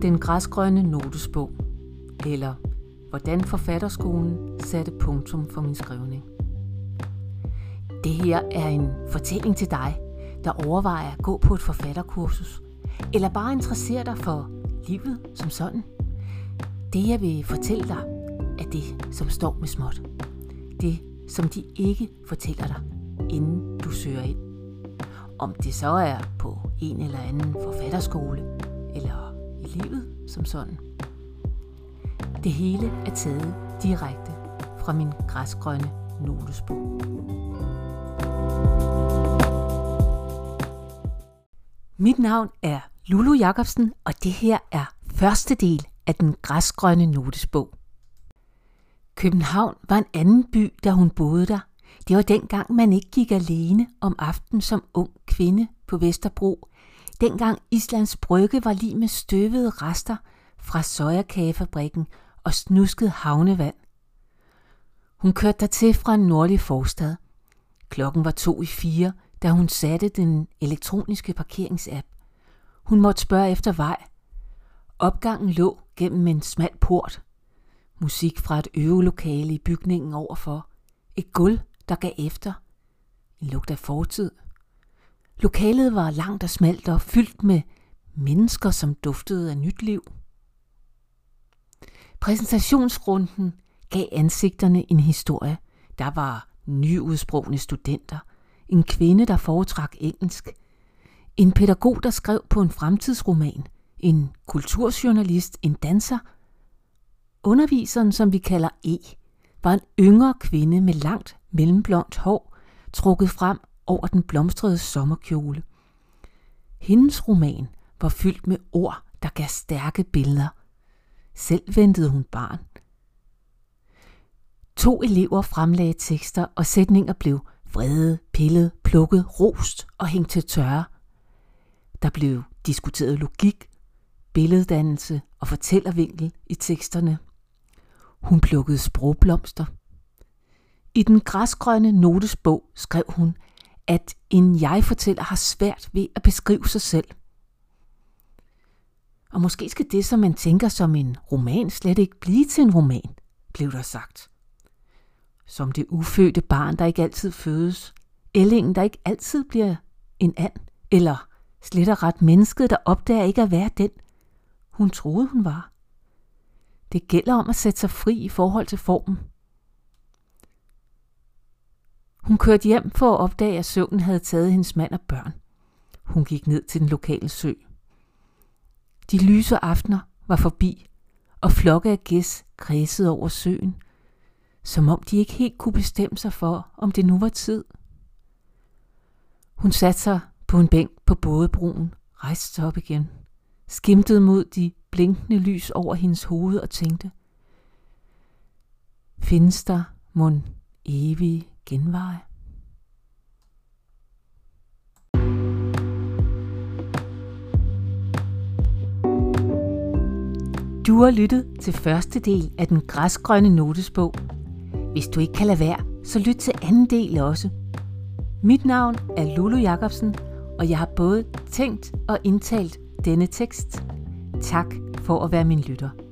Den græsgrønne notesbog, eller hvordan forfatterskolen satte punktum for min skrivning. Det her er en fortælling til dig, der overvejer at gå på et forfatterkursus, eller bare interesserer dig for livet som sådan. Det jeg vil fortælle dig, er det, som står med småt. Det, som de ikke fortæller dig, inden du søger ind. Om det så er på en eller anden forfatterskole, eller i livet som sådan. Det hele er taget direkte fra min græsgrønne notesbog. Mit navn er Lulu Jacobsen, og det her er første del af den græsgrønne notesbog. København var en anden by, da hun boede der. Det var dengang, man ikke gik alene om aftenen som ung kvinde på Vesterbro. Dengang Islands Brygge var lig med støvede rester fra sojakagefabrikken og snusket havnevand. Hun kørte dertil fra en nordlig forstad. Klokken var 3:45, da hun satte den elektroniske parkeringsapp. Hun måtte spørge efter vej. Opgangen lå gennem en smal port. Musik fra et øvelokale i bygningen overfor. Et gulv, der gav efter. En lugt af fortid. Lokalet var langt og smalt og fyldt med mennesker, som duftede af nyt liv. Præsentationsrunden gav ansigterne en historie. Der var nyudsprungne studenter, en kvinde, der foretrak engelsk, en pædagog, der skrev på en fremtidsroman, en kulturjournalist, en danser. Underviseren, som vi kalder E, var en yngre kvinde med langt mellemblondt hår, trukket frem over den blomstrede sommerkjole. Hendes roman var fyldt med ord, der gav stærke billeder. Selv ventede hun barn. 2 elever fremlagde tekster, og sætninger blev vrede, pillet, plukket, rost og hængt til tørre. Der blev diskuteret logik, billeddannelse og fortællervinkel i teksterne. Hun plukkede sprogblomster. I den græsgrønne notesbog skrev hun, at en jeg-fortæller har svært ved at beskrive sig selv. Og måske skal det, som man tænker som en roman, slet ikke blive til en roman, blev der sagt. Som det ufødte barn, der ikke altid fødes, ællingen, der ikke altid bliver en and, eller slet og ret mennesket, der opdager ikke at være den, hun troede hun var. Det gælder om at sætte sig fri i forhold til formen. Hun kørte hjem for at opdage, at søvnen havde taget hendes mand og børn. Hun gik ned til den lokale sø. De lyse aftener var forbi, og flokke af gæs kredsede over søen, som om de ikke helt kunne bestemme sig for, om det nu var tid. Hun satte sig på en bænk på bådebroen, rejste sig op igen, skimtede mod de blinkende lys over hendes hoved og tænkte, findes der mon evige genveje? Du har lyttet til første del af den græsgrønne notesbog. Hvis du ikke kan lade være, så lyt til anden del også. Mit navn er Lulu Jacobsen, og jeg har både tænkt og indtalt denne tekst. Tak for at være min lytter.